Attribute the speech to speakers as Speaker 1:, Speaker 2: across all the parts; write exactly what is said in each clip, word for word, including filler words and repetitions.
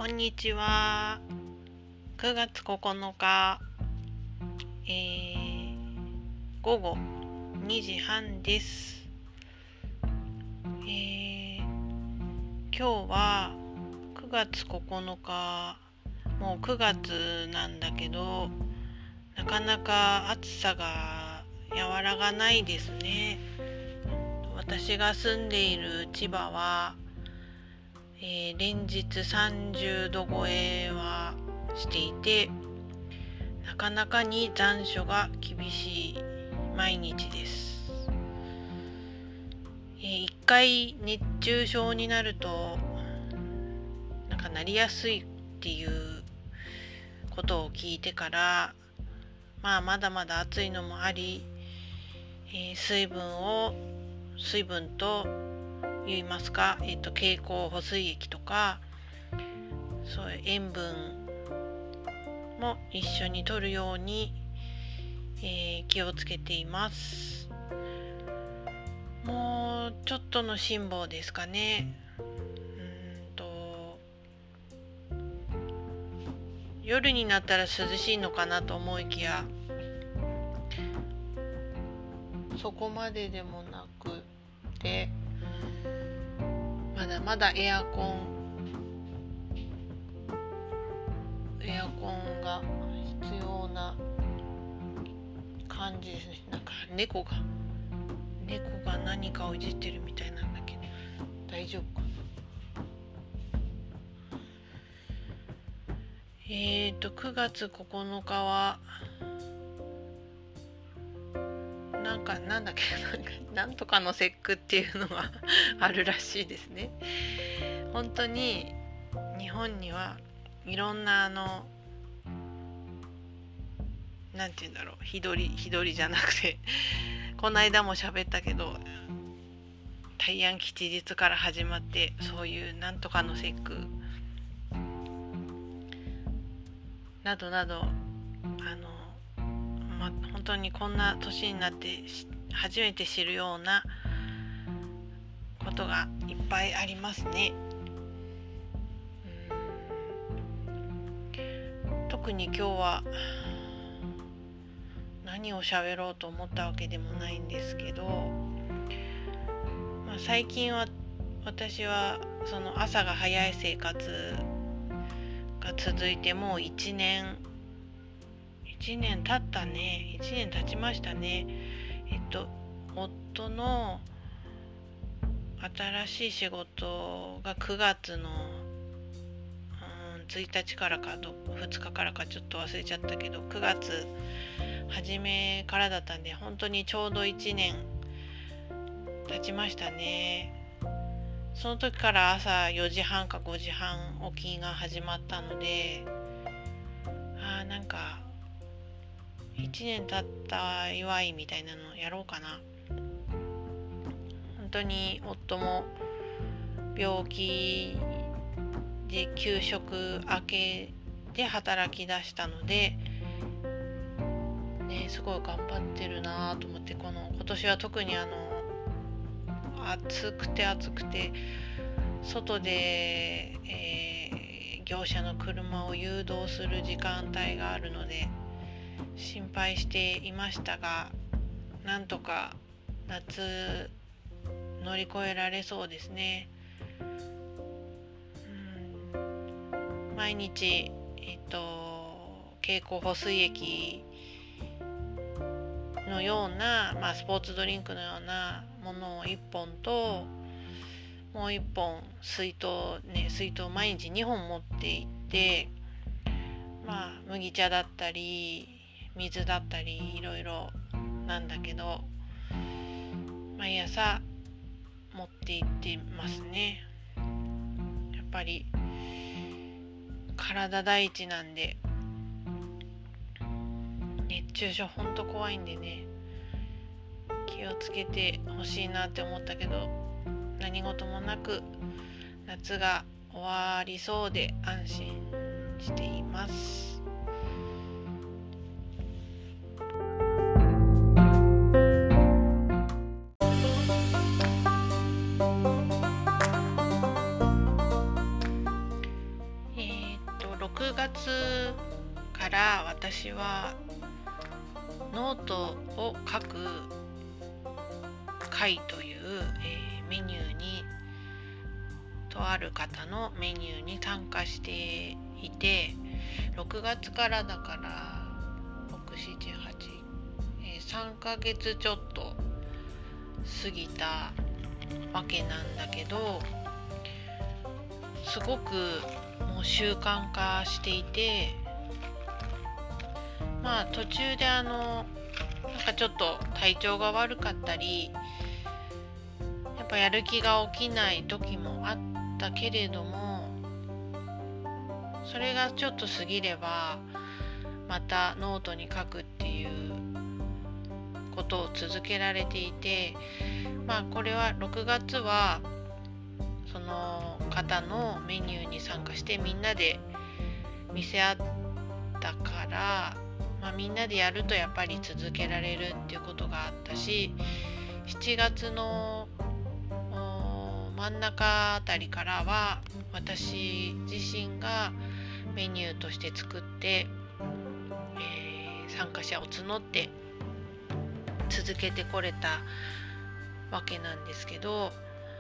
Speaker 1: こんにちは。くがつここのか、えー、午後にじはんです。えー、今日はくがつここのか、もうくがつなんだけど、なかなか暑さが和らがないですね。私が住んでいる千葉はえー、連日さんじゅうど超えはしていて、なかなかに残暑が厳しい毎日です。えー、一回熱中症になるとなんかなりやすいっていうことを聞いてから、まあまだまだ暑いのもあり、えー、水分を水分と言いますか、えーと、経口補水液とかそういう塩分も一緒に摂るように、えー、気をつけています。もうちょっとの辛抱ですかね。うーんと夜になったら涼しいのかなと思いきや、そこまででもなくて、まだまだエアコンエアコンが必要な感じですね。なんか猫が猫が何かをいじってるみたいなんだけど、大丈夫かな。えーとくがつここのかはなんかなんだっけなんかなんとかの節句っていうのがあるらしいですね。本当に日本にはいろんなあのなんて言うんだろう、日取り日取りじゃなくてこの間も喋ったけど、大安吉日から始まって、そういうなんとかの節句などなど、あの、ま、本当にこんな年になって初めて知るようなことがいっぱいありますね。うん、特に今日は何を喋ろうと思ったわけでもないんですけど、まあ、最近は私はその朝が早い生活が続いてもういちねんいちねん経ったねいちねん経ちましたね。えっと夫の新しい仕事がくがつの、うん、ついたちからかふつかからかちょっと忘れちゃったけど、くがつ初めからだったんで、本当にちょうどいちねん経ちましたね。その時から朝よじはんかごじはん起きが始まったので、あーなんかいちねん経った祝いみたいなのやろうかな。本当に夫も病気で休職明けで働き出したので、ね、すごい頑張ってるなと思って、この今年は特にあの暑くて暑くて外で、えー、業者の車を誘導する時間帯があるので心配していましたが、なんとか夏乗り越えられそうですね。うん、毎日えっと経口補水液のような、まあ、スポーツドリンクのようなものをいっぽんと、もういっぽん水筒ね水筒毎日にほん持っていって、まあ麦茶だったり水だったりいろいろなんだけど、毎朝持って行ってますね。やっぱり体第一なんで、熱中症ほんと怖いんでね、気をつけてほしいなって思ったけど、何事もなく夏が終わりそうで安心しています。えくがつから私はノートを書く会という、えー、メニューにとある方のメニューに参加していて、ろくがつからだからろく、しち、はち、えー、さんかげつちょっと過ぎたわけなんだけど、すごくもう習慣化していて、まあ途中であのなんかちょっと体調が悪かったり、やっぱやる気が起きない時もあったけれども、それがちょっと過ぎればまたノートに書くっていうことを続けられていて、まあこれはろくがつはその方のメニューに参加してみんなで見せ合ったから、まあ、みんなでやるとやっぱり続けられるっていうことがあったし、しちがつの真ん中あたりからは私自身がメニューとして作って、えー、参加者を募って続けてこれたわけなんですけど、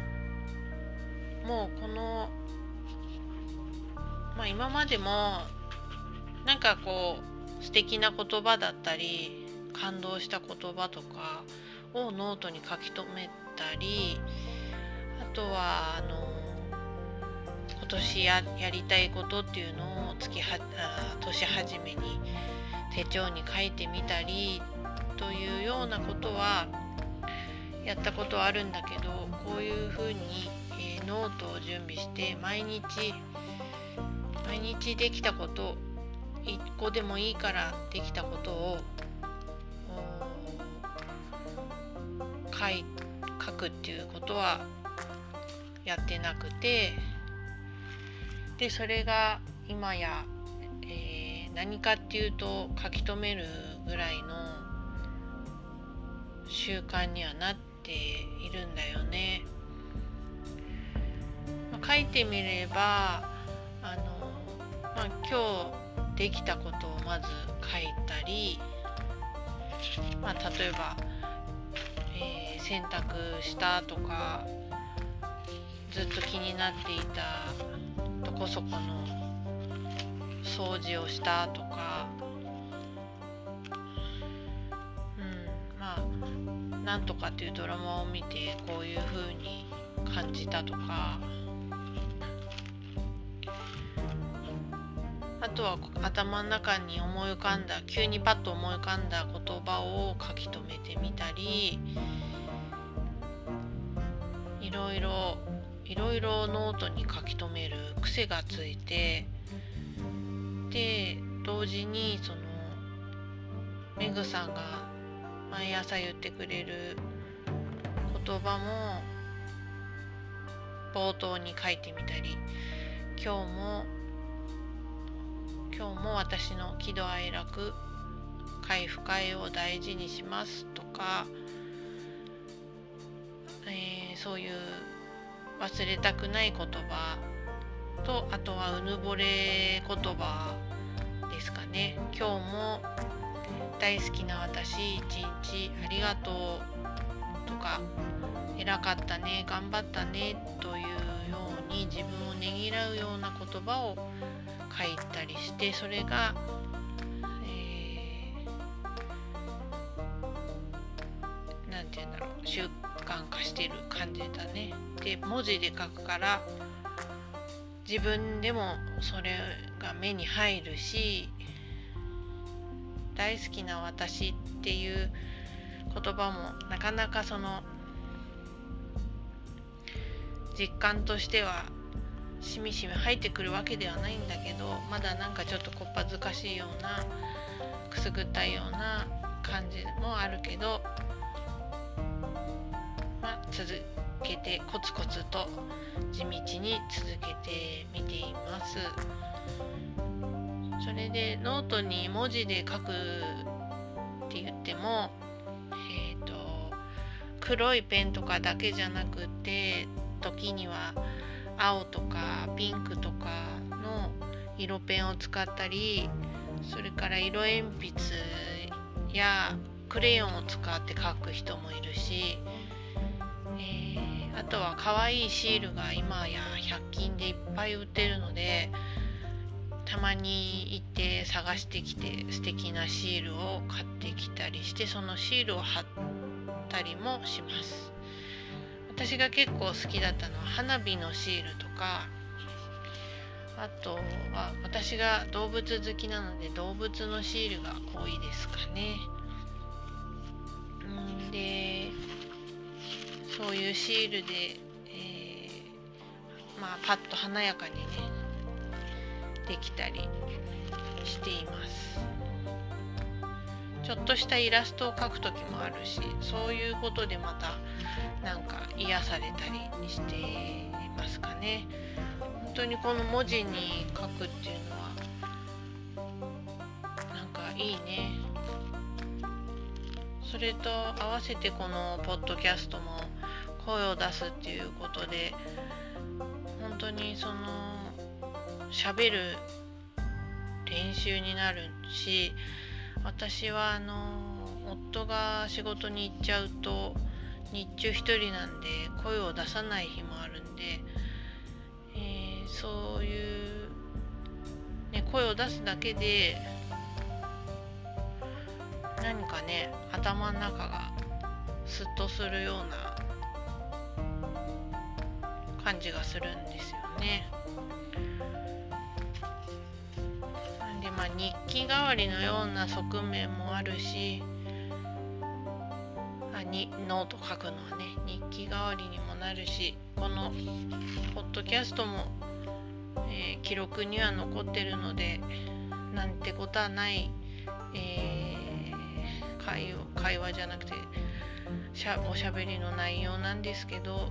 Speaker 1: もうこの、まあ、今までもなんかこう素敵な言葉だったり感動した言葉とかをノートに書き留めたり、あとはあの今年 や, やりたいことっていうのを月はあ年始めに手帳に書いてみたりというようなことはやったことはあるんだけど、こういうふうに、えー、ノートを準備して毎日毎日できたこと、いっこでもいいからできたことを書い書くっていうことはやってなくて、でそれが今や、えー、何かっていうと書き留めるぐらいの習慣にはなっているんだよね。まあ、書いてみればあの、まあ、今日できたことをまず書いたり、まあ、例えば、えー、洗濯したとか、ずっと気になっていたどこそこの掃除をしたとか、うんまあなんとかっていうドラマを見てこういう風に感じたとか、あとは頭の中に思い浮かんだ急にパッと思い浮かんだ言葉を書き留めてみたり、いろいろいろいろノートに書き留める癖がついて、で同時にそのメグさんが毎朝言ってくれる言葉も冒頭に書いてみたり、今日も今日も私の喜怒哀楽快不快を大事にしますとか、えー、そういう忘れたくない言葉と、あとはうぬぼれ言葉ですかね。今日も大好きな私一日ありがとうとか、偉かったね頑張ったねというように自分をねぎらうような言葉を書いたりして、それが、えー、なんて言うんだろう、習慣化してる感じだね。で文字で書くから自分でもそれが目に入るし、大好きな私っていう言葉もなかなかその実感としてはしみしみ入ってくるわけではないんだけど、まだなんかちょっとこっぱずかしいようなくすぐったいような感じもあるけど、まあ、続けてコツコツと地道に続けてみています。それでノートに文字で書くって言っても、えーと、黒いペンとかだけじゃなくて、時には青とかピンクとかの色ペンを使ったり、それから色鉛筆やクレヨンを使って描く人もいるし、えー、あとは可愛いシールが今やひゃく均でいっぱい売ってるので、たまに行って探してきて素敵なシールを買ってきたりして、そのシールを貼ったりもします。私が結構好きだったのは花火のシールとか、あとは私が動物好きなので動物のシールが多いですかね。んでそういうシールで、えー、まあパッと華やかにねできたりしています。ちょっとしたイラストを描く時もあるし、そういうことでまたなんか癒されたりしていますかね。本当にこの文字に書くっていうのはなんかいいね。それと合わせてこのポッドキャストも声を出すっていうことで、本当にその喋る練習になるし、私はあの夫が仕事に行っちゃうと日中一人なんで声を出さない日もあるんで、えー、そういう、ね、声を出すだけで何かね頭の中がスッとするような感じがするんですよね。でまあ日記代わりのような側面もあるし、あにノート書くのはね日記代わりにもなるし、このポッドキャストも、えー、記録には残ってるのでなんてことはない、えー、会話、会話じゃなくてしゃおしゃべりの内容なんですけど、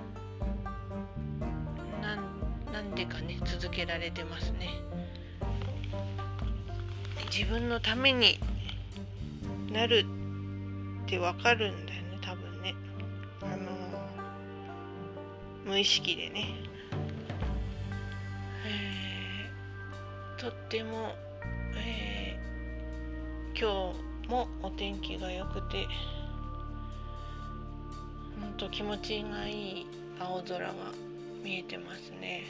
Speaker 1: なんなんでかね続けられてますね。自分のためになるってわかるんだよね、多分ね。あの無意識でね、えー、とっても、えー、今日もお天気が良くて、ほんと気持ちがいい青空が見えてますね。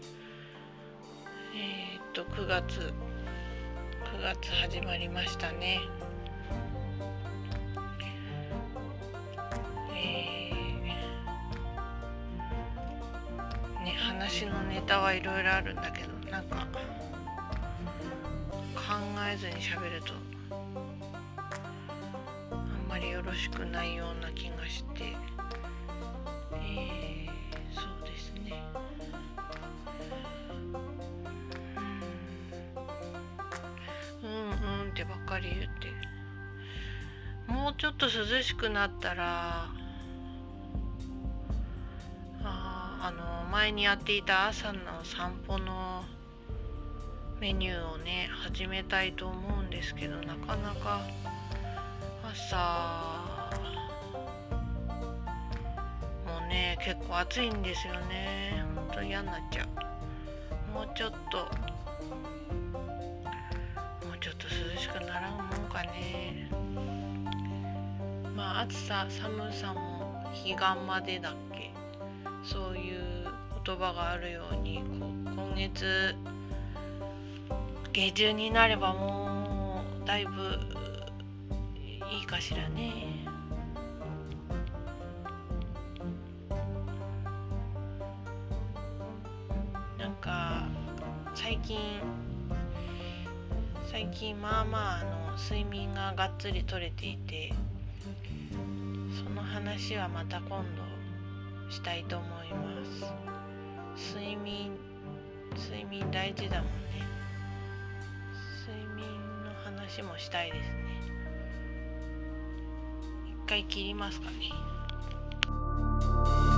Speaker 1: えー、っとくがつくがつ始まりましたね。えー、ね話のネタはいろいろあるんだけど、なんか考えずに喋るとあんまりよろしくないような気がして、えー、そうですね。うんうんってばっかり言って、もうちょっと涼しくなったら、ああの前にやっていた朝の散歩のメニューをね始めたいと思うんですけど、なかなか朝もうね結構暑いんですよね。ほんと嫌になっちゃう。もうちょっともうちょっと涼しくならんもんかね。まあ暑さ寒さも彼岸までだっけ、そういう言葉があるように、こう今月下旬になればもうだいぶいいかしらね。なんか最近最近まあまああの睡眠ががっつり取れていて、その話はまた今度したいと思います。睡眠睡眠大事だもんね。睡眠の話もしたいですね。一回切りますかね。